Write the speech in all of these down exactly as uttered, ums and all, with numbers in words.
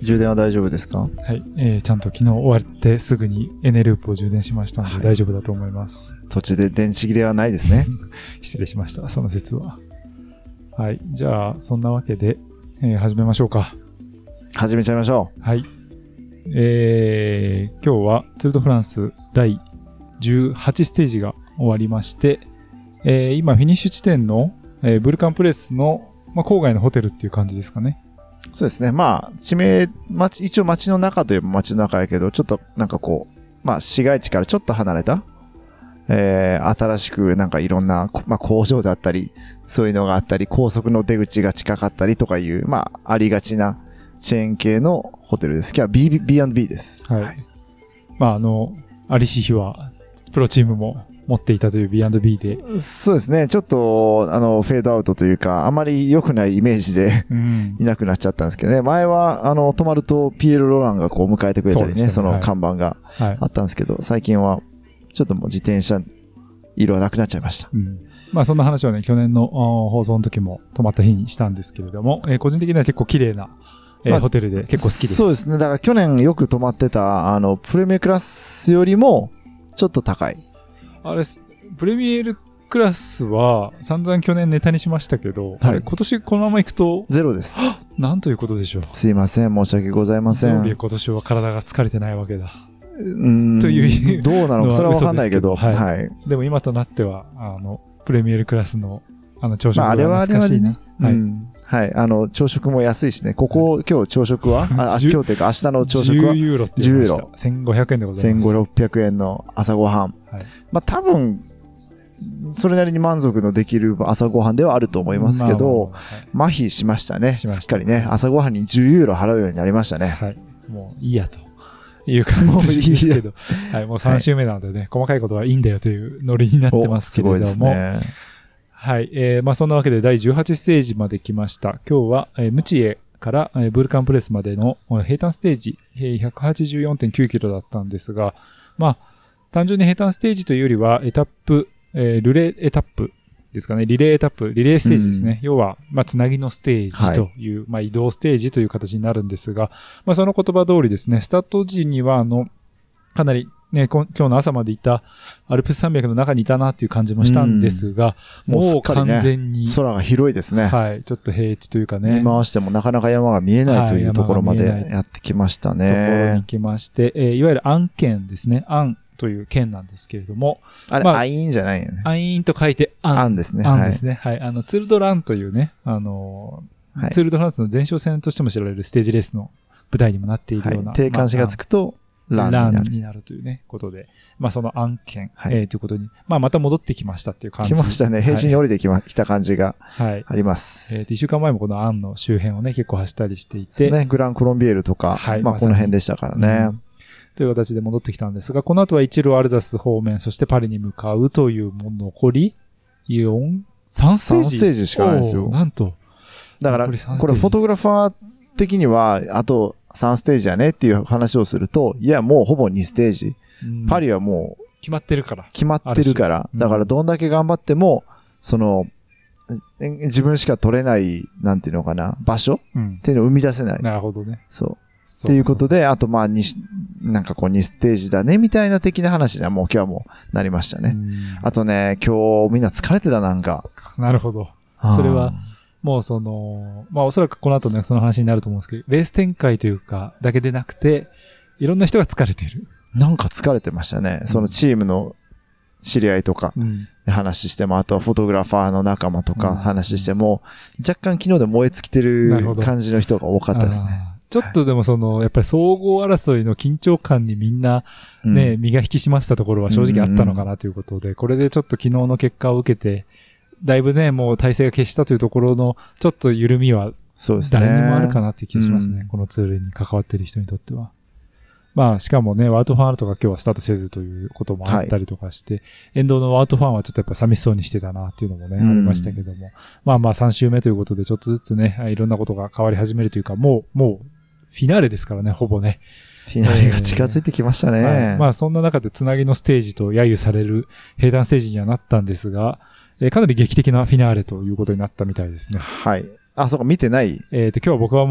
充電は大丈夫ですか？ はい、えー、ちゃんと昨日終わってすぐにエネループを充電しましたので、はい、大丈夫だと思います。 途中で電池切れはないですね。 失礼しました、その説は。はい、じゃあそんなわけで、えー、始めましょうか。 始めちゃいましょう。 はい。えー、今日はツール・ド・フランスだいじゅうはちステージが終わりまして、えー、今フィニッシュ地点の、えー、ブルカンプレスの、まあ、郊外のホテルっていう感じですかね。 そうですね。まあ、地名、町、一応町の中といえば町の中やけど、ちょっとなんかこう、まあ市街地からちょっと離れた、えー、新しくなんかいろんな、まあ工場だったり、そういうのがあったり、高速の出口が近かったりとかいう、まあありがちなチェーン系のホテルです。今日は ビーアンドビー です。 はい。はい、まああの、アリシヒは、プロチームも持っていたという ビーアンドビー で。 そうですね。ちょっと、あの、フェードアウトというか、あまり良くないイメージで、うん、いなくなっちゃったんですけどね。前は、あの、泊まるとピエール・ロランがこう迎えてくれたり ね, ね、その看板があったんですけど、はい、最近は、ちょっともう自転車、色はなくなっちゃいました。 うん、まあそんな話はね、去年の放送の時も泊まった日にしたんですけれども、えー、個人的には結構綺麗な、えーまあ、ホテルで結構好きです。 そうですね。だから去年よく泊まってた、あの、プレミアクラスよりも、ちょっと高い。 あれ、プレミエルクラスは散々去年ネタにしましたけど、はい、今年このまま行くとゼロです。 なんということでしょう。 すいません、申し訳ございません。 今年は体が疲れてないわけだ。 うーんというどうなのかそれは分かんないけど、 はいはい、でも今となってはあのプレミエルクラスのあの朝食が懐かしいな。 はい。はい。あの、朝食も安いしね。ここ、今日朝食は、あ、今日というか明日の朝食は。 じゅうユーロって言いました。じゅうユーロ。せんごひゃくえんでございます。 せんごひゃくろっぴゃくえんの朝ごはん。はい、まあ多分、それなりに満足のできる朝ごはんではあると思いますけど、まあまあはい、麻痺しましたね。しました。しっかりね。朝ごはんにじゅうユーロ払うようになりましたね。 はい。もういいやという感じですけど。はい。もうさん週目なのでね、はい、細かいことはいいんだよというノリになってますけれども。すごいですね。はい。えー、まあそんなわけでだいじゅうはちステージまで来ました。今日は、えー、ムチエから、えー、ブルカンプレスまでの平坦ステージ、ひゃくはちじゅうよんてんきゅうキロだったんですが、まあ単純に平坦ステージというよりはエタップ、えー、ルレーエタップですかね。リレーエタップ、リレーステージですね。うん、要は、まあ、つなぎのステージという、はい、まあ、移動ステージという形になるんですが、まあ、その言葉通りですね、スタート時には、あの、かなり、ね、今日の朝までいたアルプス山脈の中にいたなっていう感じもしたんですが、うん、もう完全に、 ね、空が広いですね。 はい。ちょっと平地というかね。 見回してもなかなか山が見えないというところまでやってきましたね。 はい、ところに来まして、えー、いわゆるアン県ですね。アン。という県なんですけれども。 あれ、まあ、アイーンじゃないよね。 アイーンと書いてアン。 アンですね。 アンですね。はい。はい、あの、ツールドランというね、あの、はい、ツールドフランスの前哨戦としても知られるステージレースの舞台にもなっているような。 はい、定冠詞がつくと、ランになる。 ランになるというね、ことで。まあ、そのアン県、はい、えー、ということに、まあ、また戻ってきましたっていう感じ。 来ましたね。平地に降りてきま、はい、来た感じがあります。 はい。えー、と、一週間前もこのアンの周辺をね、結構走ったりしていて。 ね、グランコロンビエルとか、はい、まあ、この辺でしたからね。うんという形で戻ってきたんですが、この後は一路アルザス方面、そしてパリに向かうというもの、残りよん、さんステージ ?さんステージしかないですよ。 なんと。 だから、これフォトグラファー的には、あとさんステージやねっていう話をすると、いや、もうほぼにステージ。うん、パリはもう、 決まってるから。 決まってるから。だから、どんだけ頑張っても、その、自分しか取れない、なんていうのかな、場所、うん、っていうのを生み出せない。 なるほどね。 そう。っていうことで、あとまあに、なんかこうにステージだね、みたいな的な話にはもう今日はもうなりましたね。あとね、今日みんな疲れてたなんか。 なるほど。それは、もうその、まあおそらくこの後ね、その話になると思うんですけど、レース展開というか、だけでなくて、いろんな人が疲れている。 なんか疲れてましたね。うん、そのチームの知り合いとか、話しても、あとはフォトグラファーの仲間とか話しても、うん、若干昨日で燃え尽きてる感じの人が多かったですね。 ちょっとでもその、やっぱり総合争いの緊張感にみんなね、うん、身が引き締まってたところは正直あったのかなということで、うんうん、これでちょっと昨日の結果を受けて、だいぶね、もう体制が消したというところの、ちょっと緩みは、誰にもあるかなっていう気がしますね。すねうん、このツールに関わっている人にとっては。まあ、しかもね、ワウトファンとか今日はスタートせずということもあったりとかして、はい、沿道のワウトファンはちょっとやっぱ寂しそうにしてたなっていうのもね、うん、ありましたけども。まあまあさん週目ということでちょっとずつね、いろんなことが変わり始めるというか、もう、もう、フィナーレですからね、ほぼね。 フィナーレが近づいてきましたね。えーはい、まあそんな中でつなぎのステージと揶揄される平坦ステージにはなったんですが、えー、かなり劇的なフィナーレということになったみたいですね。 はい。あ、そうか、見てないえっと、今日は僕はも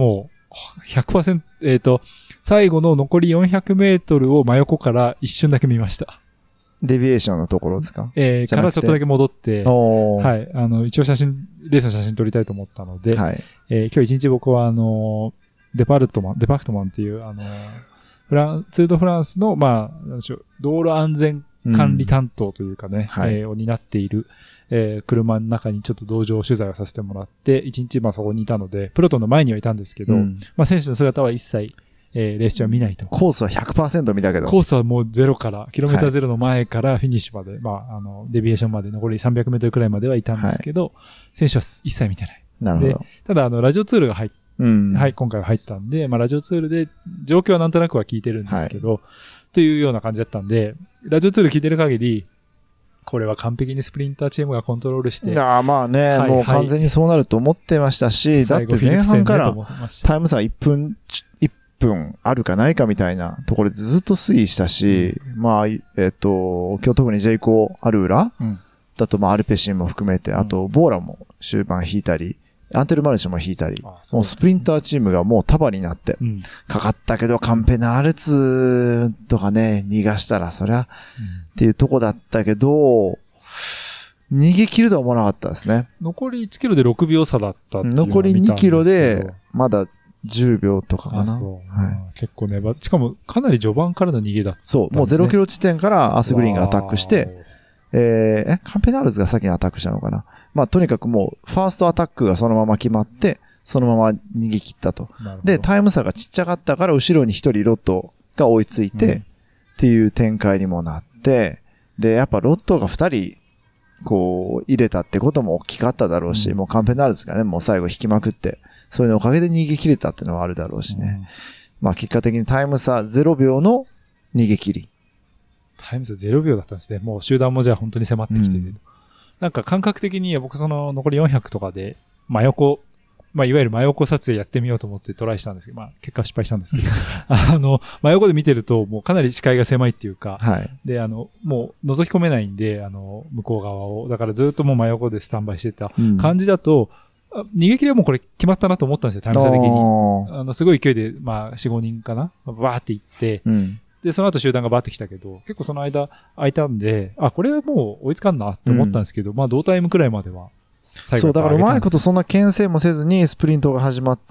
ひゃくパーセント、えっと、最後の残りよんひゃくメートルを真横から一瞬だけ見ました。 デビエーションのところですか？ えー、からちょっとだけ戻って、 はい。あの、一応写真、レースの写真撮りたいと思ったので、はい。えー、今日一日僕はあの、デパルトマン、デパクトマンっていう、あの、フラン、ツールドフランスの、まあ、なんでしょう、道路安全管理担当というかね、うんはい、えー、を担っている、えー、車の中にちょっと同乗取材をさせてもらって、一日まあそこにいたので、プロトの前にはいたんですけど、うん、まあ選手の姿は一切、えー、レース中は見ないと。 コースは ひゃくパーセント 見たけど。 コースはもうゼロから、キロメーターゼロの前からフィニッシュまで、はい、まあ、あの、デビエーションまで残りさんびゃくメートルくらいまではいたんですけど、はい、選手は一切見てない。 なるほど。 で、ただあの、ラジオツールが入って、うん、はい、今回は入ったんで、まあ、ラジオツールで、状況はなんとなくは聞いてるんですけど、はい、というような感じだったんで、ラジオツール聞いてる限り、これは完璧にスプリンターチームがコントロールして。 いやまあね、はい、もう完全にそうなると思ってましたし、はい、だって前半からタイム差いっぷん、いっぷんあるかないかみたいなところでずっと推移したし、うん、まあ、えっ、ー、と、今日特にジェイコー・アルーラ、うん、だとまあアルペシンも含めて、あとボーラも終盤引いたり、アンテルマルシュも引いたり、もうスプリンターチームがもう束になって、かかったけどカンペナールツとかね、逃がしたらそりゃ、っていうとこだったけど、逃げ切るとは思わなかったですね。 残りいちキロでろくびょう差だったっていうのを見たんですけど。残りにキロで、 まだじゅうびょうとかかな。 そう、はい、結構ね、しかもかなり序盤からの逃げだったんですね。 そう、もうゼロキロ地点からアスグリーンがアタックして、えー、え、カンペナールズが先にアタックしたのかな。まあ、とにかくもう、ファーストアタックがそのまま決まって、そのまま逃げ切ったと。で、タイム差がちっちゃかったから、後ろに一人ロットが追いついて、うん、っていう展開にもなって、で、やっぱロットが二人、こう、入れたってことも大きかっただろうし、うん、もうカンペナールズがね、もう最後引きまくって、それのおかげで逃げ切れたっていうのはあるだろうしね。うん、まあ、結果的にタイム差ゼロびょうの逃げ切り。 タイム差ゼロびょうだったんですね。もう集団もじゃあ本当に迫ってきてる、うん、なんか感覚的に僕その残りよんひゃくとかで真横、まあいわゆる真横撮影やってみようと思ってトライしたんですけど、まあ結果失敗したんですけど、あの、真横で見てるともうかなり視界が狭いっていうか、はい、で、あの、もう覗き込めないんで、あの、向こう側を、だからずっともう真横でスタンバイしてた感じだと、うん、逃げ切りはもうこれ決まったなと思ったんですよ、タイム差的に。あの、すごい勢いで、まあよん、ごにんかなバーって行って、うんで、その後集団がバーってきたけど、結構その間空いたんで、あ、これはもう追いつかんなって思ったんですけど、うん、まあ同タイムくらいまでは最後。 そう、だからうまいことそんな牽制もせずにスプリントが始まって、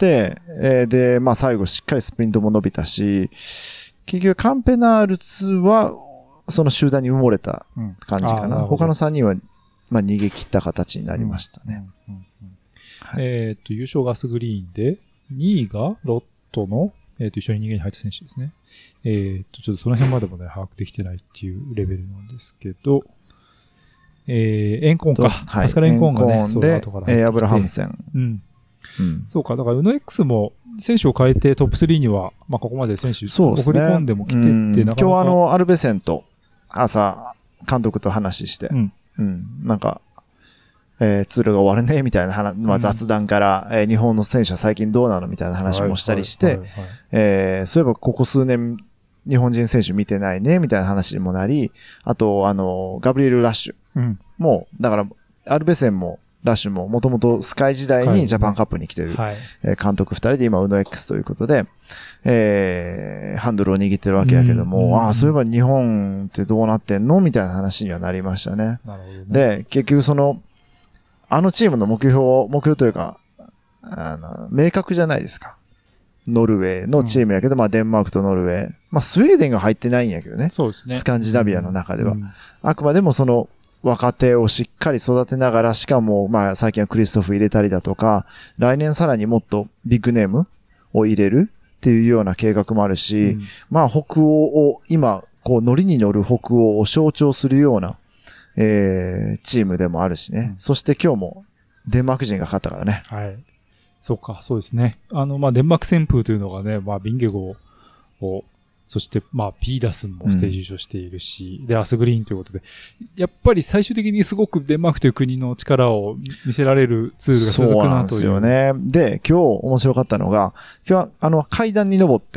えー、で、まあ最後しっかりスプリントも伸びたし、結局カンペナールツはその集団に埋もれた感じかな。うん、他のさんにんは、まあ逃げ切った形になりましたね。うんうんうんはい、えっと、優勝がアスグリーンで、にいがロットのえっと、一緒に逃げに入った選手ですね。えっと、ちょっとその辺までもね、把握できてないっていうレベルなんですけど、えー、エンコーンか。はい。パスカルエンコーンがね、 そうで、後から入ってきて。えー、アブラハムセン。 うん。うん。そうか。だから、ウノ X も選手を変えてトップスリーには、まあ、ここまで選手、送り込んでも来てって、なかなか。 今日あの、アルベセンと、朝、監督と話して、うん。うん。なんか、えー、ツールが終わるね、みたいな話、まあ、雑談から、うん、えー、日本の選手は最近どうなのみたいな話もしたりして、えー、そういえばここ数年、日本人選手見てないね、みたいな話にもなり、あと、あの、ガブリエル・ラッシュも、うん、だから、アルベセンも、ラッシュも、もともとスカイ時代にジャパンカップに来てる、はい、えー、監督二人で今、ウノ X ということで、えー、ハンドルを握ってるわけやけども、うん、ああ、そういえば日本ってどうなってんのみたいな話にはなりましたね。なるほどね。で、結局その、あのチームの目標、目標というか、あの、明確じゃないですか。ノルウェーのチームやけど、うん、まあデンマークとノルウェー。まあスウェーデンが入ってないんやけどね。 そうですね。 スカンジナビアの中では。うん、あくまでもその若手をしっかり育てながら、しかもまあ最近はクリストフ入れたりだとか、来年さらにもっとビッグネームを入れるっていうような計画もあるし、うん、まあ北欧を、今、こうノリに乗る北欧を象徴するような、えー、チームでもあるしね、うん。そして今日もデンマーク人が勝ったからね。 はい。そうか、そうですね。あの、まあ、デンマーク旋風というのがね、まあ、ビンゲゴを、そして、まあ、ピーダスンもステージ優勝しているし、うん、で、アスグリーンということで、やっぱり最終的にすごくデンマークという国の力を見せられるツールが続くなという。 そうなんですよね。で、今日面白かったのが、今日はあの階段に登って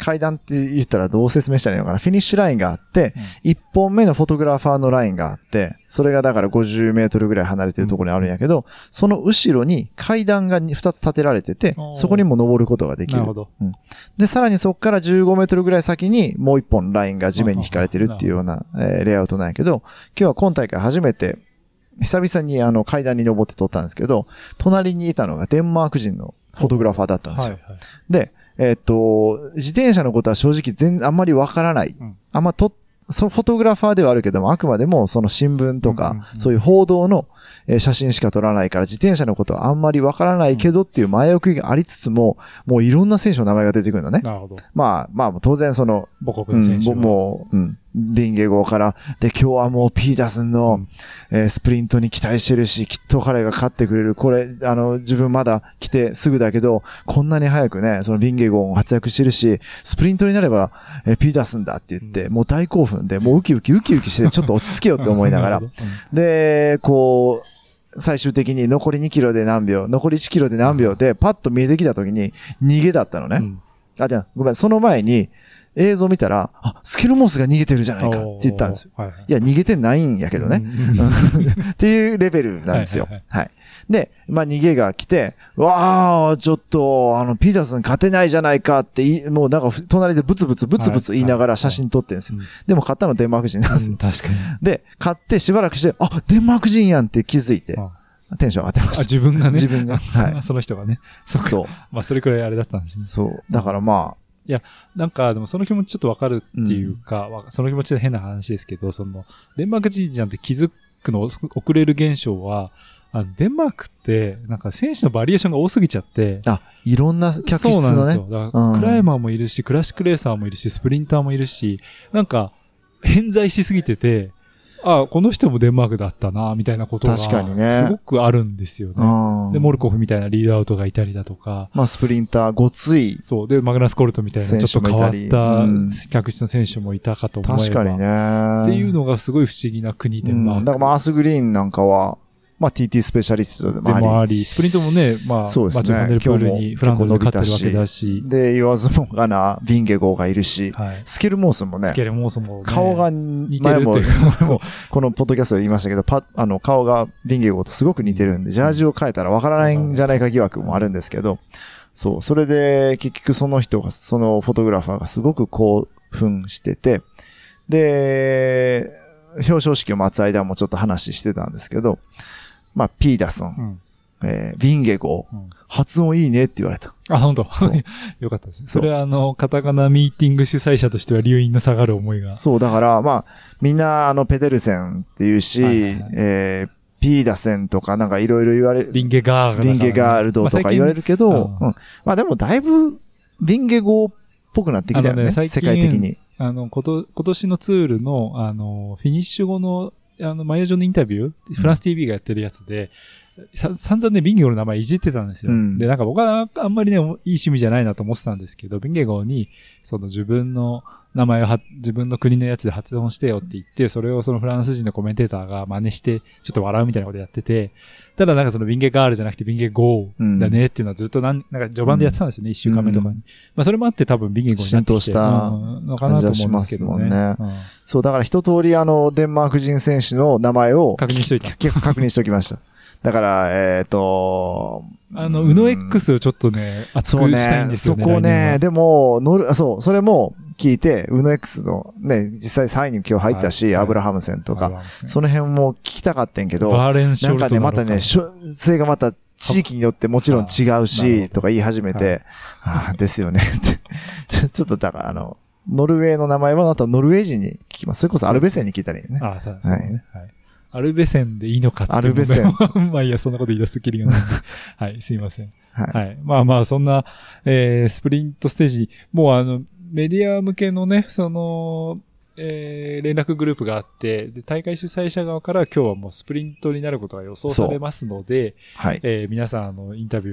階段って言ったらどう説明したらいいのかな。フィニッシュラインがあって、うん、いっぽんめのフォトグラファーのラインがあって、それがだからごじゅうメートルぐらい離れてるところにあるんやけど、うん、その後ろに階段がふたつ立てられてて、そこにも登ることができる。 なるほど。 うん、で、さらにそこからじゅうごメートルぐらい先にもういっぽんラインが地面に引かれてるっていうような、えー、レイアウトなんやけど、今日は今大会初めて、久々にあの階段に登って撮ったんですけど、隣にいたのがデンマーク人のフォトグラファーだったんですよ。はいはい、で、えーっと、自転車のことは正直全、あんまりわからない。うん、あんまと、そのフォトグラファーではあるけども、あくまでもその新聞とか、うんうんうん、そういう報道の写真しか撮らないから、自転車のことはあんまりわからないけどっていう前置きがありつつも、もういろんな選手の名前が出てくるのね。 なるほど。 まあ、まあ、当然その、 母国の選手、 うん、もう、うん。ビンゲゴーから、で、今日はもうピータースンの、うんえー、スプリントに期待してるし、きっと彼が勝ってくれる。これ、あの、自分まだ来てすぐだけど、こんなに早くね、そのビンゲゴーも活躍してるし、スプリントになれば、えー、ピータースンだって言って、うん、もう大興奮で、もうウキウキウキウキして、ちょっと落ち着けよって思いながら。うん、で、こう、最終的に残りにキロで何秒、残りいちキロで何秒で、パッと見えてきた時に、逃げだったのね。うん、あ、じゃあ、ごめん、その前に、映像見たら、あ、スケルモースが逃げてるじゃないかって言ったんですよ。はいはい、いや、逃げてないんやけどね。っていうレベルなんですよ。はいはいはい。はい。で、まあ、逃げが来て、わあ、ちょっと、あの、ピータースン勝てないじゃないかって言い、もうなんか、隣でブツブツブツブツ言いながら写真撮ってるんですよ。はいはいはい、でも、勝ったのデンマーク人なんですよ。 うん、確かに。 で、勝ってしばらくして、あ、デンマーク人やんって気づいて、テンション上がってました。 あ、自分がね。 自分が。はい。 その人がね。そそう。まあ、それくらいあれだったんですね。 そう。だからまあ、 いや、なんか、でもその気持ちちょっとわかるっていうか、うん、その気持ちで変な話ですけど、その、デンマーク人じゃんって気づくの遅れる現象は、あのデンマークって、なんか選手のバリエーションが多すぎちゃって。 あ、いろんな客室のね。 そうなんですよ。だから、うん、クライマーもいるし、クラシックレーサーもいるし、スプリンターもいるし、なんか、偏在しすぎてて、あ、この人もデンマークだったな、みたいなことが、確かにね。すごくあるんですよね。で、モルコフみたいなリードアウトがいたりだとか。 まあ、スプリンター、ごつい。 そう。で、マグナス・コルトみたいな、ちょっと変わった客室の選手もいたかと思えば。 確かにね。 っていうのがすごい不思議な国、デンマーク。 うん、だからまあ、アースグリーンなんかは、まあ ティーティー スペシャリストでもあり。 でもあり、スプリントもね、まあ、 そうですね。 マチュ・ファンデルプールにフランドで勝ってるわけだし。 で、言わずもがな、ビンゲゴーがいるし、はい、スケルモースもね、 スケルモースも、ね、 顔が似てるっていう。もこのポッドキャストで言いましたけど、パあの、顔がビンゲゴーとすごく似てるんで、ジャージを変えたらわからないんじゃないか疑惑もあるんですけど、そう、それで結局その人が、そのフォトグラファーがすごく興奮してて、で、表彰式を待つ間もちょっと話してたんですけど、まあ、ピーダソン、うんえー、ビンゲゴー、うん、発音いいねって言われた。 あ、本当。よかったですね。それはあの、カタカナミーティング主催者としては留飲の下がる思いが。 そう、だから、まあ、みんなあの、ペデルセンっていうし、はいはいはい、えー、ピーダセンとかなんかいろいろ言われる。 ビンゲガール、 ね。ビンゲガールドとか言われるけど、まあ、うん、まあでもだいぶ、ビンゲゴーっぽくなってきたよね。ね世界的に。 あの、こと、今年のツールの、あの、フィニッシュ後の、あの、マヨジョのインタビュー、フランス ティーブイ がやってるやつで、さ散々ね、ビンゲゴーの名前いじってたんですよ。うん、で、なんか僕はあんまりね、いい趣味じゃないなと思ってたんですけど、ビンゲゴーに、その自分の名前をは、自分の国のやつで発音してよって言って、それをそのフランス人のコメンテーターが真似して、ちょっと笑うみたいなことやってて、ただなんかそのビンゲガールじゃなくてビンゲゴーだねっていうのはずっとなん、なんか序盤でやってたんですよね、一、うん、週間目とかに。まあそれもあって多分ビンゲゴーになってきて。 浸透したのかなと思うんですけどね。ねうん、そう、だから一通りあの、デンマーク人選手の名前を確認しといた。 結構確認しておきました。だから、えっ、ー、と、 あの、ウノ X をちょっとね、熱くしたいんですよね。 そこね、でも、乗る、そう、それも聞いて、ウノ X のね、実際さんいに今日入ったし、はい、アブラハムセンとか、その辺も聞きたかったんけど、 バーレンショルトなんかね、またね、それがまた地域によってもちろん違うし、とか言い始めて、ああ、ですよねってちょっとだから、あの、ノルウェーの名前はあとノルウェー人に聞きます。それこそアルベセンに聞いたらいいね。 ああ、そうですね。はい。アルベセンでいいのかっていう。 アルベセン。 まあいいや、そんなこと言い出すきりがないんで。はい、すいません。はい。はい。まあまあ、そんな、えー、スプリントステージ、もうあの、メディア向けのね、その、えー、連絡グループがあって、で、大会主催者側から今日はもうスプリントになることが予想されますので、はい。えー、皆さん、あの、インタビューは、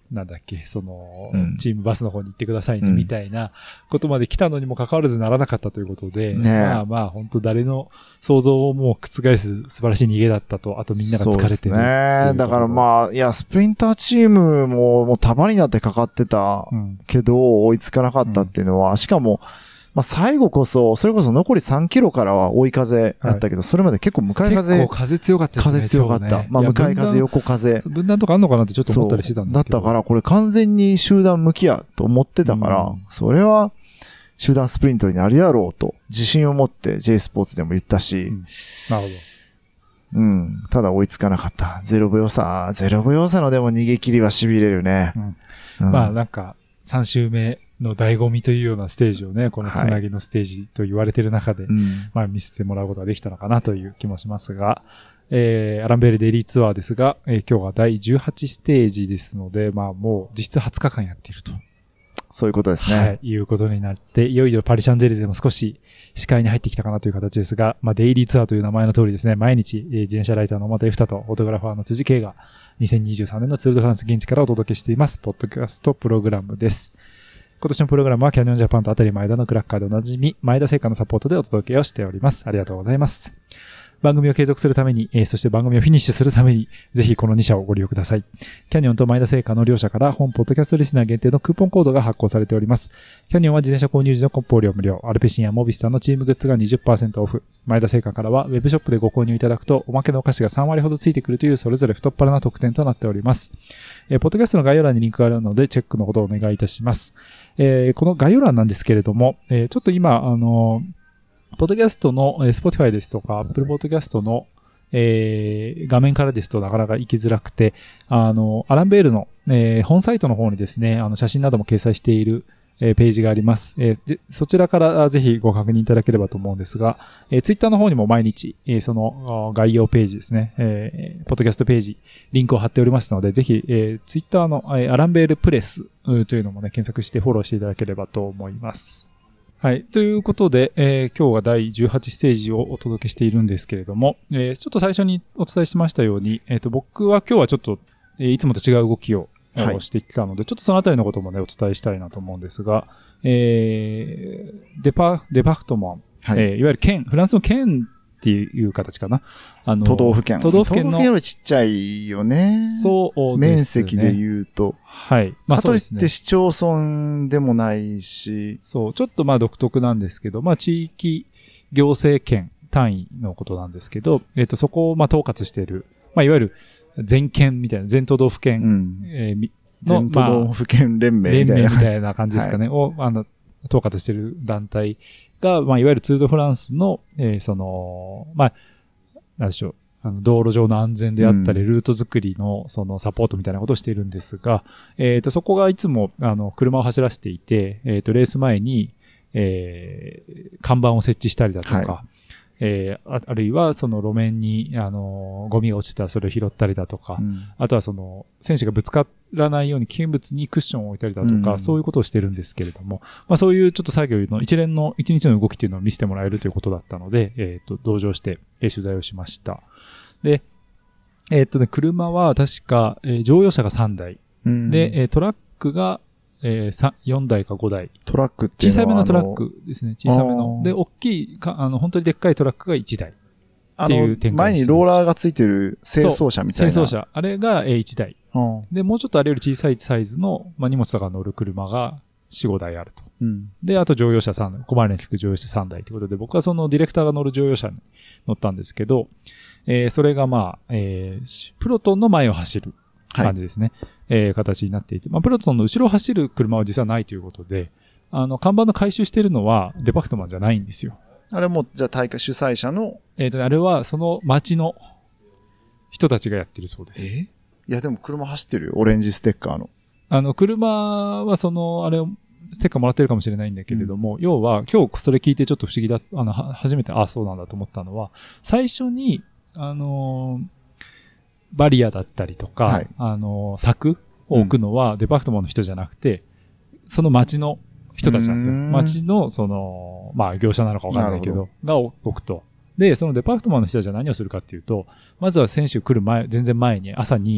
なんだっけ、その、 うんチームバスの方に行ってくださいね、 うんみたいなことまで来たのにもかかわらずならなかったということで、 ねえまあまあ、本当誰の想像をもう覆す素晴らしい逃げだったと、あとみんなが疲れてるっていう。 そうですね。だからまあ、いや、スプリンターチームももう束になってかかってたうんけど、追いつかなかったっていうのは、しかも、まあ最後こそ、それこそ残りさんキロからは追い風だったけど、はい、それまで結構向かい風。 結構風強かったですね。 風強かった。ね、まあ向かい風、横風。 分断とかあんのかなってちょっと思ったりしてたんですけど。 だったからこれ完全に集団向きやと思ってたから、うん、それは集団スプリントになるやろうと自信を持って J スポーツでも言ったし。うん、 なるほど。 うん。ただ追いつかなかった。ゼロ秒差、ゼロ秒差のでも逃げ切りは痺れるね。 うんうん、まあなんかさん周目の醍醐味というようなステージをね、このつなぎのステージと言われている中で、はい、まあ見せてもらうことができたのかなという気もしますが、えー、アランベールデイリーツアーですが、えー、今日はだいじゅうはちステージですので、まあもう実質はつかかんやっていると。 そういうことですね。 はい、いうことになって、いよいよパリシャンゼリゼも少し視界に入ってきたかなという形ですが、まあデイリーツアーという名前の通りですね、毎日、えー、自転車ライターの小俣エフタとフォトグラファーの辻圭がにせんにじゅうさんねんのツールドフランス現地からお届けしています、ポッドキャストプログラムです。今年のプログラムはキャニオンジャパンとあたり前田のクラッカーでおなじみ、前田製菓のサポートでお届けをしております。ありがとうございます。番組を継続するために、えー、そして番組をフィニッシュするために、ぜひこのに社をご利用ください。キャニオンと前田製菓の両社から本ポッドキャストリスナー限定のクーポンコードが発行されております。キャニオンは自転車購入時の梱包料無料、アルペシンやモビスターのチームグッズが にじゅっパーセント オフ、前田製菓からはウェブショップでご購入いただくとおまけのお菓子がさんわりほどついてくるというそれぞれ太っ腹な特典となっております。えー、ポッドキャストの概要欄にリンクがあるのでチェックのほどお願いいたします。えー、この概要欄なんですけれども、えー、ちょっと今、あのー、ポッドキャストの、えー、Spotify ですとか、Apple Podcast のえー、画面からですとなかなか行きづらくて、あの、アランベールの、えー、本サイトの方にですね、あの、写真なども掲載している、えー、ページがあります。えー、そちらからぜひご確認いただければと思うんですが、えー、ツイッターの方にも毎日、えー、その概要ページですね、えー、ポッドキャストページ、リンクを貼っておりますので、ぜひ、えー、ツイッターの、えー、アランベールプレスというのもね、検索してフォローしていただければと思います。はい。ということで、えー、今日はだいじゅうはちステージをお届けしているんですけれども、えー、ちょっと最初にお伝えしましたように、えっと、僕は今日はちょっと、えー、いつもと違う動きを、はい、してきたので、ちょっとそのあたりのこともね、お伝えしたいなと思うんですが、えー、デパ、デパクトマン、はい、えー、いわゆる県、フランスの県っていう形かな。あの、 都道府県。 都道府県の。 都道府県よりちっちゃいよね。 そうですね。 面積で言うと。 はい。まあそうですね。 かといって市町村でもないし。 そう。ちょっとまあ独特なんですけど、まあ地域行政権単位のことなんですけど、えっと、そこをまあ統括している、まあいわゆる全県みたいな、全都道府県、 うんえー、 の全都道府県連盟みたいな。 連盟みたいな感じですかね。はい、を、あの、統括している団体が、まあいわゆるツール・ド・フランスの、えー、その、まあ、なんでしょう。あの道路上の安全であったり、ルート作りのそのサポートみたいなことをしているんですが、うん、えっと、そこがいつも、あの、車を走らせていて、えっと、レース前に、えー、看板を設置したりだとか、はい、えー、あ, あるいはその路面に、あの、ゴミが落ちたらそれを拾ったりだとか、うん、あとはその、選手がぶつからないように危険物にクッションを置いたりだとか、うん、そういうことをしてるんですけれども、まあそういうちょっと作業の一連の一日の動きっていうのを見せてもらえるということだったので、えっと、同乗して、えー、取材をしました。で、えっとね、車は確か、えー、乗用車がさんだい、うん、で、えー、トラックが、えー、よんだいかごだい。 トラックっていうのは小さめのトラックですね。小さめの。で、大きいか、あの、本当にでっかいトラックがいちだい。っていう展開。 前にローラーがついてる清掃車みたいな。 清掃車。あれがいちだい。で、もうちょっとあれより小さいサイズの、まあ、荷物とか乗る車がよん、ごだいあると。うん、で、あと乗用車さんだい。小回りに引く乗用車さんだいということで、僕はそのディレクターが乗る乗用車に乗ったんですけど、えー、それがまあ、えー、プロトンの前を走る感じですね。はい、えー、形になっていて、まあ、プロトンの後ろを走る車は実はないということで、あの、看板の回収しているのはデパクトマンじゃないんですよ。 あれも、じゃあ大会主催者のえっと、あれはその街の人たちがやってるそうです。 え？いや、でも車走ってるよ。オレンジステッカーの。 あの、車はその、あれを、ステッカーもらってるかもしれないんだけれども、うん、要は、今日それ聞いてちょっと不思議だ、あの、初めて、あ、そうなんだと思ったのは、最初に、あのー、バリアだったりとか、はい、あのー、柵を置くのはデパクトマンの人じゃなくて、うん、その街の人たちなんですよ。街の、その、まあ、業者なのかわかんないけど、が置くと。で、そのデパクトマンの人たちは何をするかっていうと、まずは選手来る前、全然前に、朝に、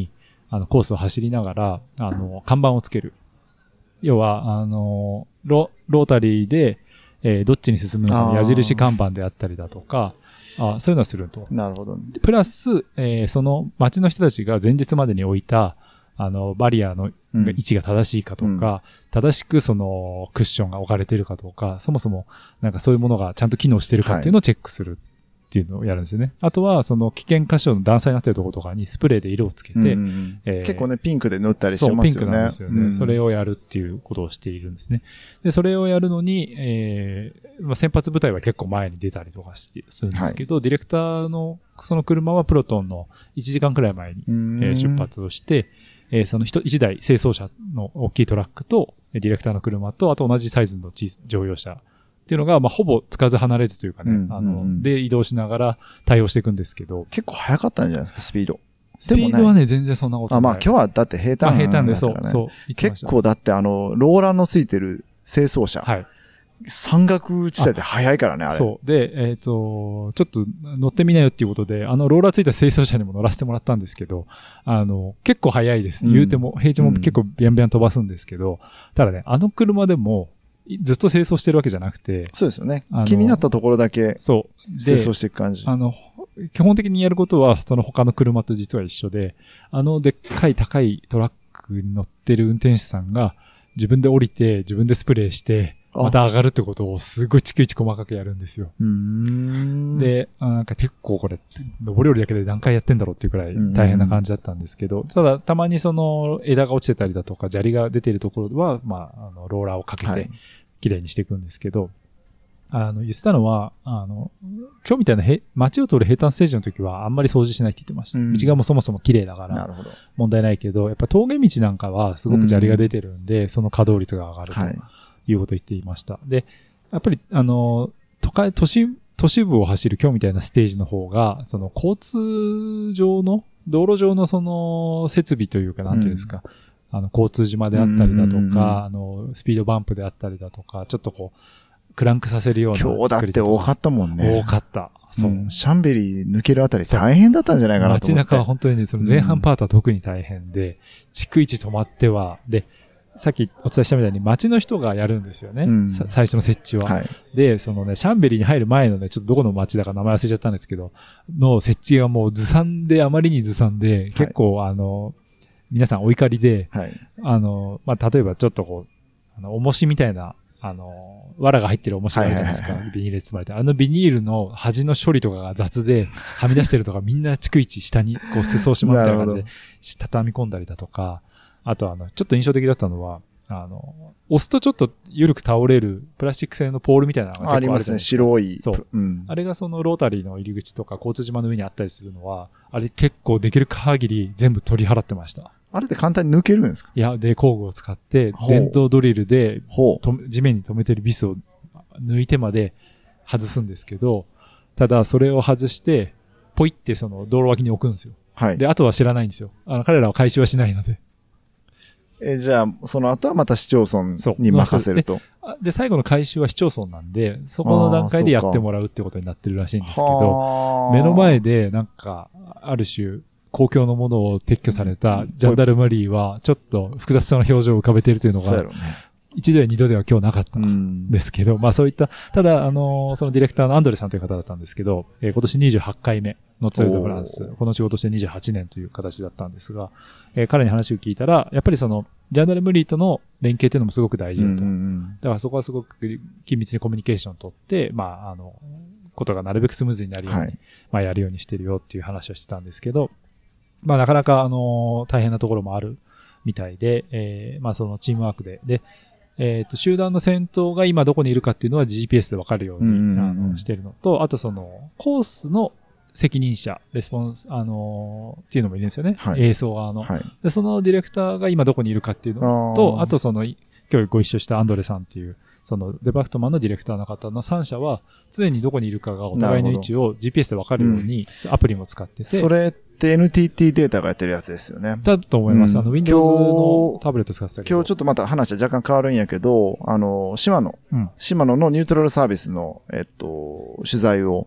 あの、コースを走りながら、あの、看板をつける。要は、あの、ロ、ロータリーで、えー、どっちに進むのかの矢印看板であったりだとか、あそういうのをすると。 なるほど、ね。 プラス、えー、その街の人たちが前日までに置いた、あの、バリアの位置が正しいかとか、うん、正しくそのクッションが置かれているかとか、そもそもなんかそういうものがちゃんと機能しているかっていうのをチェックするっていうのをやるんですよね。はい、あとは、その危険箇所の段差になっているところとかにスプレーで色をつけて、うんうんえー、結構ね、ピンクで塗ったりしますよね。 そう、ピンクなんですよね、うん。それをやるっていうことをしているんですね。で、それをやるのに、えー、まあ、先発部隊は結構前に出たりとかしてするんですけど、はい、ディレクターのその車はプロトンのいちじかんくらい前に、えー、出発をして、えー、その一、一台、清掃車の大きいトラックと、ディレクターの車と、あと同じサイズの乗用車っていうのが、まあ、ほぼつかず離れずというかね、うんうんうん、あの、で移動しながら対応していくんですけど。 結構速かったんじゃないですか、スピード。 スピードはね、全然そんなことない。 あ、まあ今日はだって平坦、 ね。まあ平坦で、そう、そう。 結構だってあの、ローラーのついてる清掃車。はい。山岳地帯で速いからね、あれ。 そう。で、えっと、ちょっと乗ってみなよっていうことで、あの、ローラーついた清掃車にも乗らせてもらったんですけど、あの、結構速いですね。うん、言うても、平地も結構ビャンビャン飛ばすんですけど、うん、ただね、あの車でも、ずっと清掃してるわけじゃなくて。 そうですよね。気になったところだけ、そう。清掃していく感じ。 あの、基本的にやることは、その他の車と実は一緒で、あの、でっかい高いトラックに乗ってる運転手さんが、自分で降りて、自分でスプレーして、また上がるってことをすごい逐一細かくやるんですよ。うーんで、なんか結構これ、登り降りだけで何回やってんだろうっていうくらい大変な感じだったんですけど、ただたまにその枝が落ちてたりだとか砂利が出ているところは、まあ、あの、ローラーをかけて、綺麗にしていくんですけど、はい、あの、言ってたのは、あの、今日みたいなへ街を通る平坦ステージの時はあんまり掃除しないって言ってました。うん、道がもそもそも綺麗だから、なるほど。問題ないけど、やっぱ峠道なんかはすごく砂利が出てるんで、うん、その稼働率が上がると。はいいうことを言っていました。で、やっぱり、あの、都会、都市、都市部を走る今日みたいなステージの方が、その交通上の、道路上のその設備というか、なんていうんですか、うん、あの、交通島であったりだとか、うんうんうん、あの、スピードバンプであったりだとか、ちょっとこう、クランクさせるような。 今日だって多かったもんね。 多かった。そう、 うん。シャンベリー抜けるあたり大変だったんじゃないかなと思って。 街中は本当にね、その前半パートは特に大変で、逐一止まっては、で、さっきお伝えしたみたいに街の人がやるんですよね。うん、最初の設置は、はい。で、そのね、シャンベリーに入る前のね、ちょっとどこの街だか名前忘れちゃったんですけど、の設置がもうずさんで、あまりにずさんで、はい、結構あの、皆さんお怒りで、はい、あの、まあ、例えばちょっとこう、あの、重しみたいな、あの、藁が入ってる重しがあるじゃないですか。はいはいはいはい、ビニールで包まれて。あのビニールの端の処理とかが雑で、はみ出してるとか、みんな逐一下にこう、裾をしまうみたいな感じで、畳み込んだりだとか、あとあの、ちょっと印象的だったのは、あの、押すとちょっと緩く倒れるプラスチック製のポールみたいなのが結構あるじゃないですか。ありますね、 白い。 そう。うん、あれがそのロータリーの入り口とか交通島の上にあったりするのは、あれ結構できる限り全部取り払ってました。 あれって簡単に抜けるんですか？ いや、で、工具を使って、電動ドリルで、地面に止めてるビスを抜いてまで外すんですけど、ただそれを外して、ポイってその道路脇に置くんですよ。はい。で、あとは知らないんですよ。あの、彼らは回収はしないので。 え、じゃあ、その後はまた市町村に任せると。 で, で、最後の回収は市町村なんで、そこの段階でやってもらうってことになってるらしいんですけど、目の前でなんか、ある種、公共のものを撤去されたジャンダルマリーは、ちょっと複雑な表情を浮かべているというのが、一度や二度では今日なかったんですけど、まあそういった、ただ、あの、そのディレクターのアンドレさんという方だったんですけど、えー、今年にじゅうはちかいめのツール・ド・フランス、この仕事してにじゅうはちねんという形だったんですが、えー、彼に話を聞いたら、やっぱりその、ジャンダルムリーとの連携っていうのもすごく大事だと。うんうんうん、だからそこはすごく緊密にコミュニケーションを取って、まあ、あの、ことがなるべくスムーズになるように、はい、まあやるようにしてるよっていう話をしてたんですけど、まあなかなかあの、大変なところもあるみたいで、えー、まあそのチームワークで、で、えっと、集団の先頭が今どこにいるかっていうのは ジーピーエス でわかるように、うんうんうん、あのしてるのと、あとその、コースの責任者、レスポンス、あのー、っていうのもいるんですよね。はい、映像側の、はい。で、そのディレクターが今どこにいるかっていうのと、あ, あとその、今日ご一緒したアンドレさんっていう、そのデバクトマンのディレクターの方のさん社は、常にどこにいるかがお互いの位置を ジーピーエス でわかるように、アプリも使ってて、 うん。それって エヌティーティー データがやってるやつですよね。 だと思います。うん、あの、Windows のタブレット使ってたけど。 今日ちょっとまた話は若干変わるんやけど、あの、シマノ、うん、シマノのニュートラルサービスの、えっと、取材を、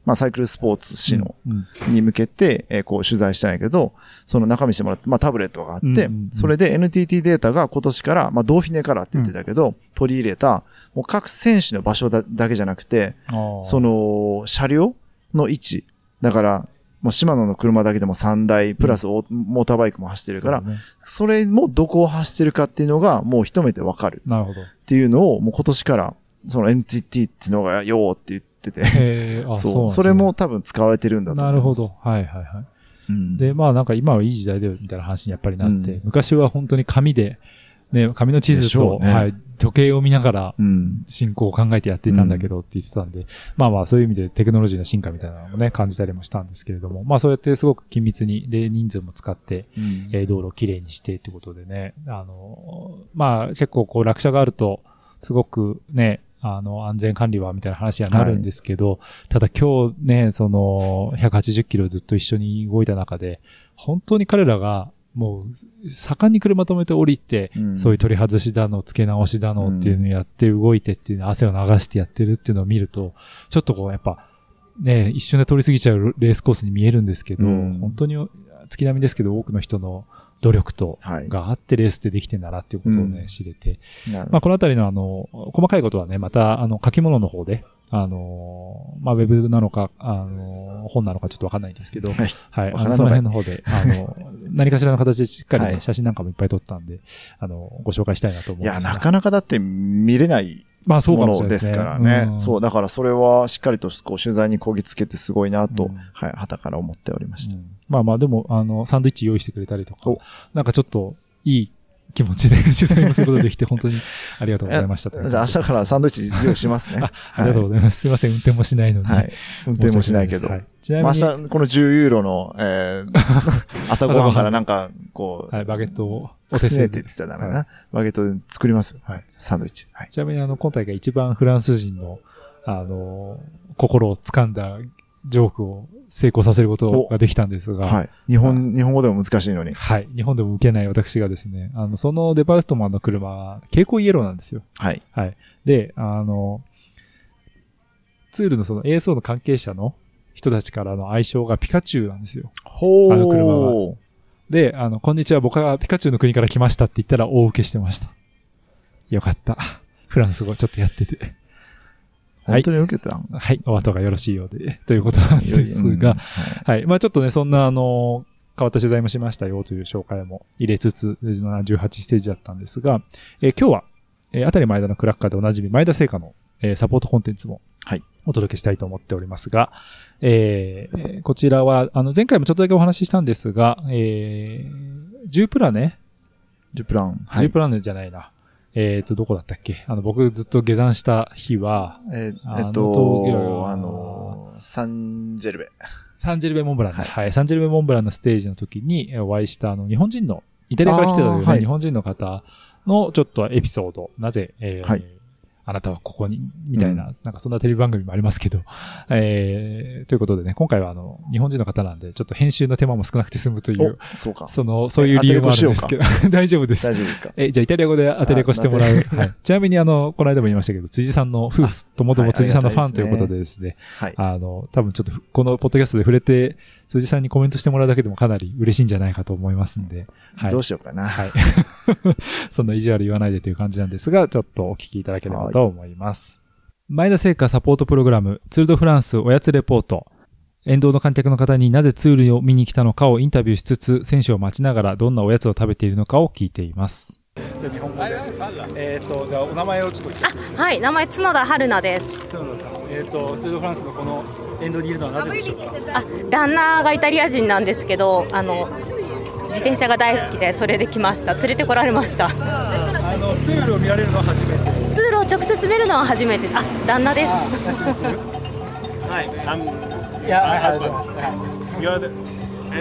まあ、サイクルスポーツ誌の、に向けて、えー、こう取材したんやけど、その中身してもらって、まあ、タブレットがあって、うんうんうん、それで エヌティーティー データが今年から、まあ、同フィネからって言ってたけど、うん、取り入れた、もう各選手の場所だ、だけじゃなくて、その、車両の位置。だから、もうシマノの車だけでもさんだい、プラスモーターバイクも走ってるから、うん、それもどこを走ってるかっていうのが、もう一目でわかる。 なるほど。 っていうのを、もう今年から、その エヌティーティー っていうのがよーって言って、ててへあそう、 そうなんですね、 それも多分使われてるんだと思います。 なるほど。はいはいはい。うん、で、まあなんか今はいい時代だよみたいな話にやっぱりなって、うん、昔は本当に紙で、ね、紙の地図と、ね、はい、時計を見ながら進行を考えてやっていたんだけどって言ってたんで、うん、まあまあそういう意味でテクノロジーの進化みたいなのもね、感じたりもしたんですけれども、まあそうやってすごく緊密に、で、人数も使って、うん、えー、道路をきれいにしてってことでね、あの、まあ結構こう落車があると、すごくね、あの、安全管理はみたいな話にはなるんですけど、はい、ただ今日ね、その、ひゃくはちじゅっキロずっと一緒に動いた中で、本当に彼らが、もう、盛んに車止めて降りて、うん、そういう取り外しだの、付け直しだのっていうのをやって動いてっていうの、汗を流してやってるっていうのを見ると、ちょっとこう、やっぱ、ね、一瞬で通り過ぎちゃうレースコースに見えるんですけど、うん、本当に月並みですけど、多くの人の努力と、があってレースってできてんだなっていうことをね、うん、知れて。まあ、このあたりのあの、細かいことはね、また、あの、書き物の方で、あの、まあ、ウェブなのか、あの、本なのかちょっとわかんないんですけど、はい。はい。あの、その辺の方で、あの、何かしらの形でしっかりね、はい、写真なんかもいっぱい撮ったんで、あの、ご紹介したいなと思います。 いや、なかなかだって見れない。まあそうかもしれないですね。ものですからね。うん、そう、だからそれはしっかりとこう取材にこぎつけてすごいなと、うん、はい、旗から思っておりました。うん、 まあまあでも、あの、サンドイッチ用意してくれたりとか、なんかちょっといい気持ちで取材もすることができて本当にありがとうございましたと。 じゃあ明日からサンドイッチ用意しますね。 あ, ありがとうございます。すいません、運転もしないのに。はい。 運転もしないけど。はい、ちなみに、まあ、明日このじゅうユーロの、えー、朝ごはんからなんか、こう、 はい、バゲットを。 おせせって言ってたらダメな、はい。バゲットで作りますよ。はい。サンドイッチ。はい。 ちなみにあの、今大会一番フランス人の、あの、心を掴んだジョークを成功させることができたんですが。 はい。日本、日本語でも難しいのに。 はい。日本でも受けない私がですね、あの、そのデパートマンの車は蛍光イエローなんですよ。 はい。 はい。で、あの、ツールのその エーエスオー の関係者の人たちからの愛称がピカチュウなんですよ。 ほー。 あの車は。で、あの、こんにちは、僕はピカチュウの国から来ましたって言ったら大受けしてました。よかった。フランス語ちょっとやってて。 本当に受けた、 はい、はい。お後がよろしいようで、ということなんですが、うん、はい、はい。まあちょっとね、そんなあの、変わった取材もしましたよという紹介も入れつつ、じゅうはちステージだったんですが、えー、今日は、えー、あたり前田のクラッカーでおなじみ前田製菓の、えー、サポートコンテンツも、はい。お届けしたいと思っておりますが、えー、こちらは、あの、前回もちょっとだけお話ししたんですが、えー、じゅうプラね。 じゅうプラン。 はい。じゅうプランじゃないな。えっ、ー、と、どこだったっけ？あの、僕ずっと下山した日は、 えー、えっと、あの、サンジェルベ。 サンジェルベモンブラン、はい、はい。サンジェルベモンブランのステージの時にお会いしたあの、日本人の、イタリアから来てたというね、はい、日本人の方のちょっとエピソード、なぜ、えー、はい、あなたはここに、みたいな、うん、なんかそんなテレビ番組もありますけど、えー、ということでね、今回はあの、日本人の方なんで、ちょっと編集の手間も少なくて済むという、 そうか。 その、そういう理由もあるんですけど、大丈夫です。 大丈夫ですか。 え、じゃあイタリア語でアテレコしてもらう。はい。ちなみにあの、この間も言いましたけど、辻さんの夫婦ともとも辻さんのファンということでですね、はい。あの、多分ちょっと、このポッドキャストで触れて、辻さんにコメントしてもらうだけでもかなり嬉しいんじゃないかと思いますんで、 はい。どうしようかな。 はい。そんな意地悪言わないでという感じなんですが、ちょっとお聞きいただければと思います。前田製菓サポートプログラム、ツールドフランスおやつレポート。沿道の観客の方になぜツールを見に来たのかをインタビューしつつ、選手を待ちながらどんなおやつを食べているのかを聞いています。じゃあ日本語で。えっ、ー、と、じゃあお名前をちょっと聞かせて。 あ、はい、名前角田春菜です。 角田さん。えっ、ー、と、ツールドフランスのこの沿道にいるのはなぜでしょうか。 あ、旦那がイタリア人なんですけど、あの、自転車が大好きで、それで来ました。連れてこられました。あの、ツールを見られるのは初めて。 ツールを直接見るのは初めて。あ、旦那です。 はい、 いや、はい、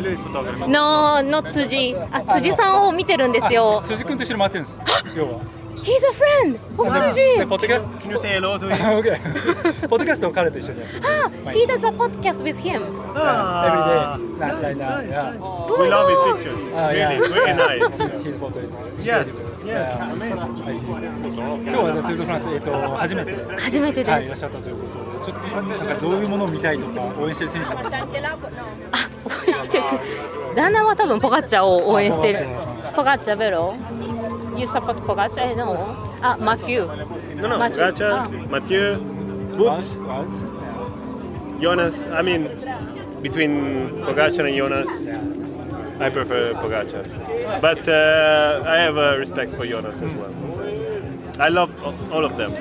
のの辻、あ、辻さんを見てるんですよ。 辻君と一緒に回ってるんです。要は。 He's a friend! ご主人ポッドキャスト Can you say hello to him? OK ポッドキャストを彼と一緒にやってるあ、he does a podcast with him. Ah, Every day. Not right now. Yeah. we love his pictures. Ah, really, yeah. very nice. His photo is Yes, incredible. yes, Yeah. amazing. I see. 今日はじゃあツール・ド・フランス、えっと初めて、 初めてはい、いらっしです。 ゃったということで、ちょっとなんかどういうものを見たいとか応援してる選手とか。 あ、応援してる。旦那は多分ポガッチャを応援してる。ポガッチャベロ You support ポガッチャ No. あ、マフュー。 No, no, Mathieu. Gacha, Ah. Mathieu, Wout, Jonas. I mean, between Pogacar and Jonas, I prefer Pogacar. But uh, I have a respect for Jonas as well. I love all of them.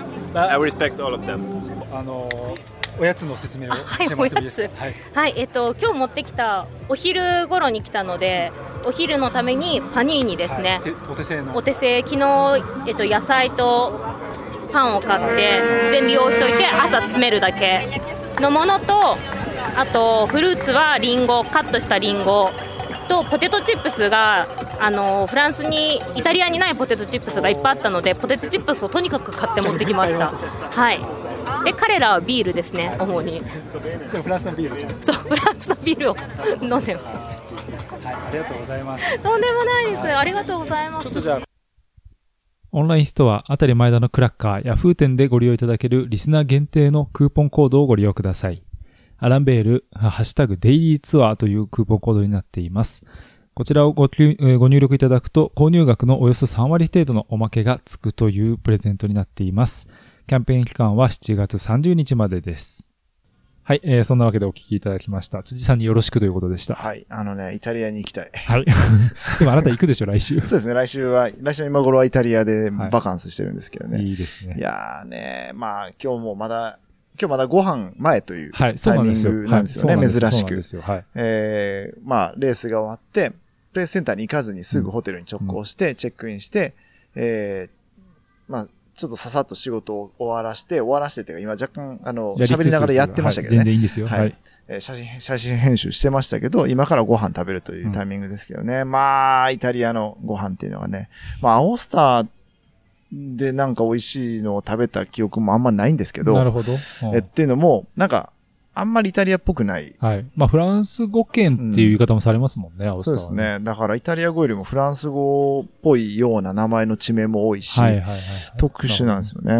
I respect all of them. あのおやつの説明をはい、 してもらってもいいですか。 はい、はい、えっと今日持ってきたお昼頃に来たので、お昼のためにパニーニですね。 はい、お手製の。 お手製、昨日えっと野菜とパンを買って全備用意しといて朝詰めるだけのものと、あとフルーツはリンゴ、カットしたリンゴとポテトチップスがあのフランスにイタリアにないポテトチップスがいっぱいあったので、ポテトチップスをとにかく買って持ってきました。はい。で彼らはビールですね、主に。 フランスのビール。 そう、フランスのビールを飲んでます。 はい、ありがとうございます。 とんでもないです。ありがとうございます。 ちょっとじゃあオンラインストアあたり前田のクラッカーヤフー店でご利用いただけるリスナー限定のクーポンコードをご利用ください。アランベールハッシュタグデイリーツアーというクーポンコードになっています。こちらを ご, ご入力いただくと購入額のおよそさん割程度のおまけがつくというプレゼントになっています。キャンペーン期間はしちがつさんじゅうにちまでです。はい、えー、そんなわけでお聞きいただきました。辻さんによろしくということでした。 はい。あのね、イタリアに行きたい。 はい。でもあなた行くでしょ、来週。 そうですね、来週は、来週の今頃はイタリアでバカンスしてるんですけどね。 はい、いいですね。 いやーね、まあ今日もまだ、今日まだご飯前というタイミングなんですよね、 はい、 珍しく。 そうなんですよ。はい。 えー、まあレースが終わって、レースセンターに行かずにすぐホテルに直行して、チェックインして、うん、えー、まあ、ちょっとささっと仕事を終わらして、終わらしてっていうか、今若干、あの、喋りながらやってましたけどね。 はい、全然いいんですよ。はい。はい、 えー、写真、写真編集してましたけど、今からご飯食べるというタイミングですけどね。うん、まあ、イタリアのご飯っていうのがね、まあ、アオスターでなんか美味しいのを食べた記憶もあんまないんですけど。 なるほど。 うん、え、っていうのも、なんか、あんまりイタリアっぽくない。 はい。まあ、フランス語圏っていう言い方もされますもんね、うん、アオスターは、ね。 そうですね。だからイタリア語よりもフランス語っぽいような名前の地名も多いし、 はいはいはい、はい、 特殊なんですよね。うん、うん。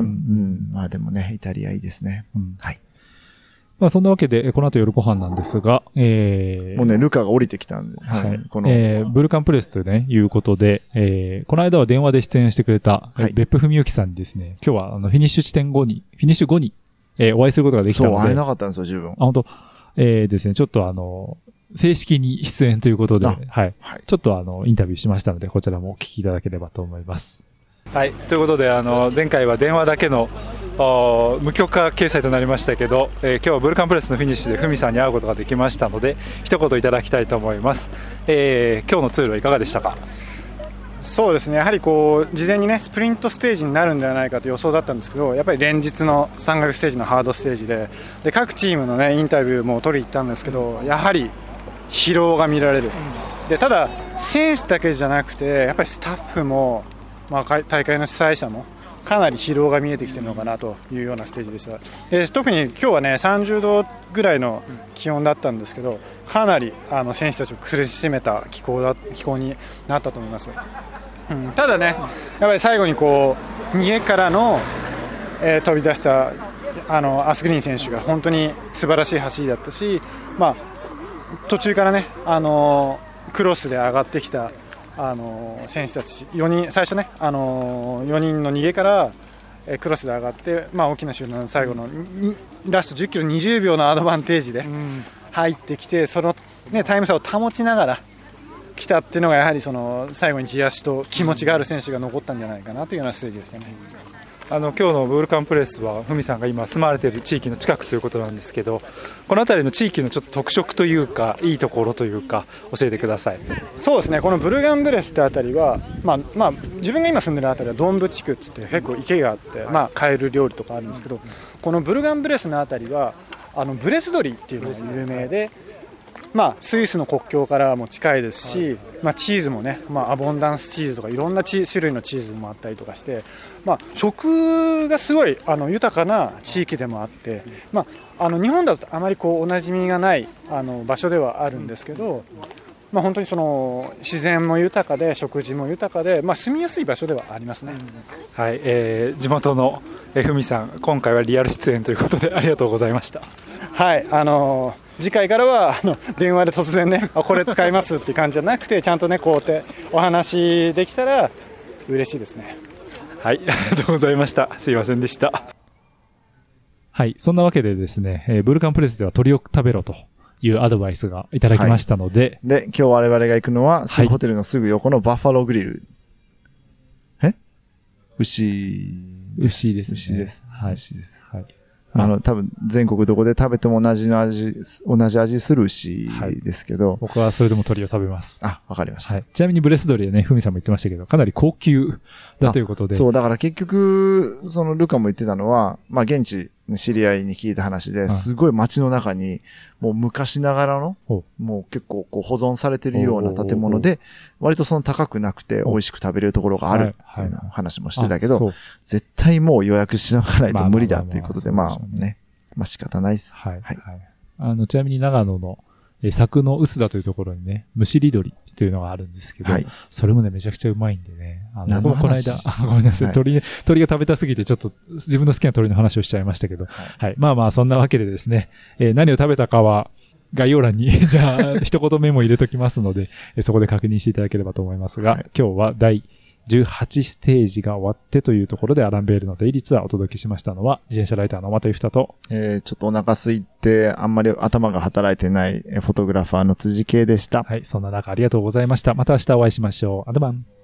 まあでもね、イタリアいいですね。うん、はい。 まあそんなわけで、この後夜ご飯なんですが、えー、 もうね、ルカが降りてきたんで、 はい。この、えー、ブルカンプレスとね、いうことで、えー、この間は電話で出演してくれた、はい、別府文之さんにですね、今日はあの、フィニッシュ地点後に、フィニッシュ後に、えー、お会いすることができたので。 そう、会えなかったんですよ、十分。 あ、本当。えーですね、ちょっとあの、正式に出演ということで、はい、はい。ちょっとあの、インタビューしましたので、こちらもお聞きいただければと思います。はい。ということで、あの、前回は電話だけの、無許可掲載となりましたけど、えー、今日はブルカンプレスのフィニッシュでフミさんに会うことができましたので、一言いただきたいと思います。えー、今日のツールはいかがでしたか？ そうですね、やはりこう事前にねスプリントステージになるんではないかと予想だったんですけど、やっぱり連日の山岳ステージのハードステージ で, で各チームの、ね、インタビューも取りに行ったんですけど、やはり疲労が見られる。でただ選手だけじゃなくてやっぱりスタッフも、まあ、大会の主催者もかなり疲労が見えてきているのかなというようなステージでした。で特に今日はねさんじゅうどぐらいの気温だったんですけど、かなりあの選手たちを苦しめた気候だ気候になったと思います。うん、ただね、やっぱり最後にこう逃げからの、えー、飛び出したあのアスグリーン選手が本当に素晴らしい走りだったし、まあ、途中からね、あのー、クロスで上がってきた、あのー、選手たちよにん、最初ね、あのー、よにんの逃げから、えー、クロスで上がって、まあ、大きな集団の最後のラストじゅっキロにじゅうびょうのアドバンテージで入ってきて、その、ね、タイム差を保ちながら来たっていうのがやはりその最後に地足と気持ちがある選手が残ったんじゃないかなというようなステージでしたね。 あの今日のブルカンプレスはふみさんが今住まわれている地域の近くということなんですけど、この辺りの地域のちょっと特色というかいいところというか教えてください。 そうですね、このブルガンブレスってあたりは、まあまあ、自分が今住んでるあたりはドンブ地区って言って結構池があって、まあ、カエル料理とかあるんですけど、このブルガンブレスのあたりはあのブレス鶏っていうのが有名で、 まあ、スイスの国境からも近いですし、まあ、チーズもね、まあ、アボンダンスチーズとかいろんなチ種類のチーズもあったりとかして、まあ、食がすごいあの豊かな地域でもあって、まあ、あの日本だとあまりこうおなじみがないあの場所ではあるんですけど、まあ、本当にその自然も豊かで食事も豊かで、まあ、住みやすい場所ではありますね。 はい、えー、地元のふみさん、今回はリアル出演ということでありがとうございました。 はい、あのー、次回からはあの電話で突然ねこれ使いますっていう感じじゃなくて、ちゃんとねこうやってお話できたら嬉しいですね。 はい、ありがとうございました。すいませんでした。はい、そんなわけでですね、えー、ブルカンプレスでは鳥を食べろというアドバイスがいただきましたので、 はい、で今日我々が行くのは、はい、ホテルのすぐ横のバッファローグリル。え牛牛ですね。 牛です。 はい。 牛です。 はい。 あの、多分、全国どこで食べても同じの味、同じ味する牛ですけど、はい、 僕はそれでも鳥を食べます。 あ、わかりました。 はい。ちなみにブレス鶏でね、ふみさんも言ってましたけど、かなり高級だということで。 そう、だから結局、そのルカも言ってたのは、まあ、現地、知り合いに聞いた話で、すごい街の中に、もう昔ながらの、もう結構こう保存されてるような建物で、割とその高くなくて美味しく食べれるところがあるっていう話もしてたけど、絶対もう予約しながらないと無理だっていうことで、まあね、まあ仕方ないです。 はい。はい。あの、ちなみに長野の、え、佐久の臼田というところにね、むしり鶏というのがあるんですけど、はい、それもね、めちゃくちゃうまいんでね。あの、僕もこの間、ごめんなさい、はい、鳥、鳥が食べたすぎて、ちょっと自分の好きな鳥の話をしちゃいましたけど、はい。はい、まあまあ、そんなわけでですね、えー、何を食べたかは、概要欄に、じゃあ、一言メモ入れときますので、えー、そこで確認していただければと思いますが、はい、今日は第じゅうはちステージが終わってというところでアランベールのデイリーツアーをお届けしましたのは、自転車ライターの又ゆふたと、 えー、ちょっとお腹空いて、あんまり頭が働いてないフォトグラファーの辻圭でした。 はい、そんな中ありがとうございました。また明日お会いしましょう。アドバン。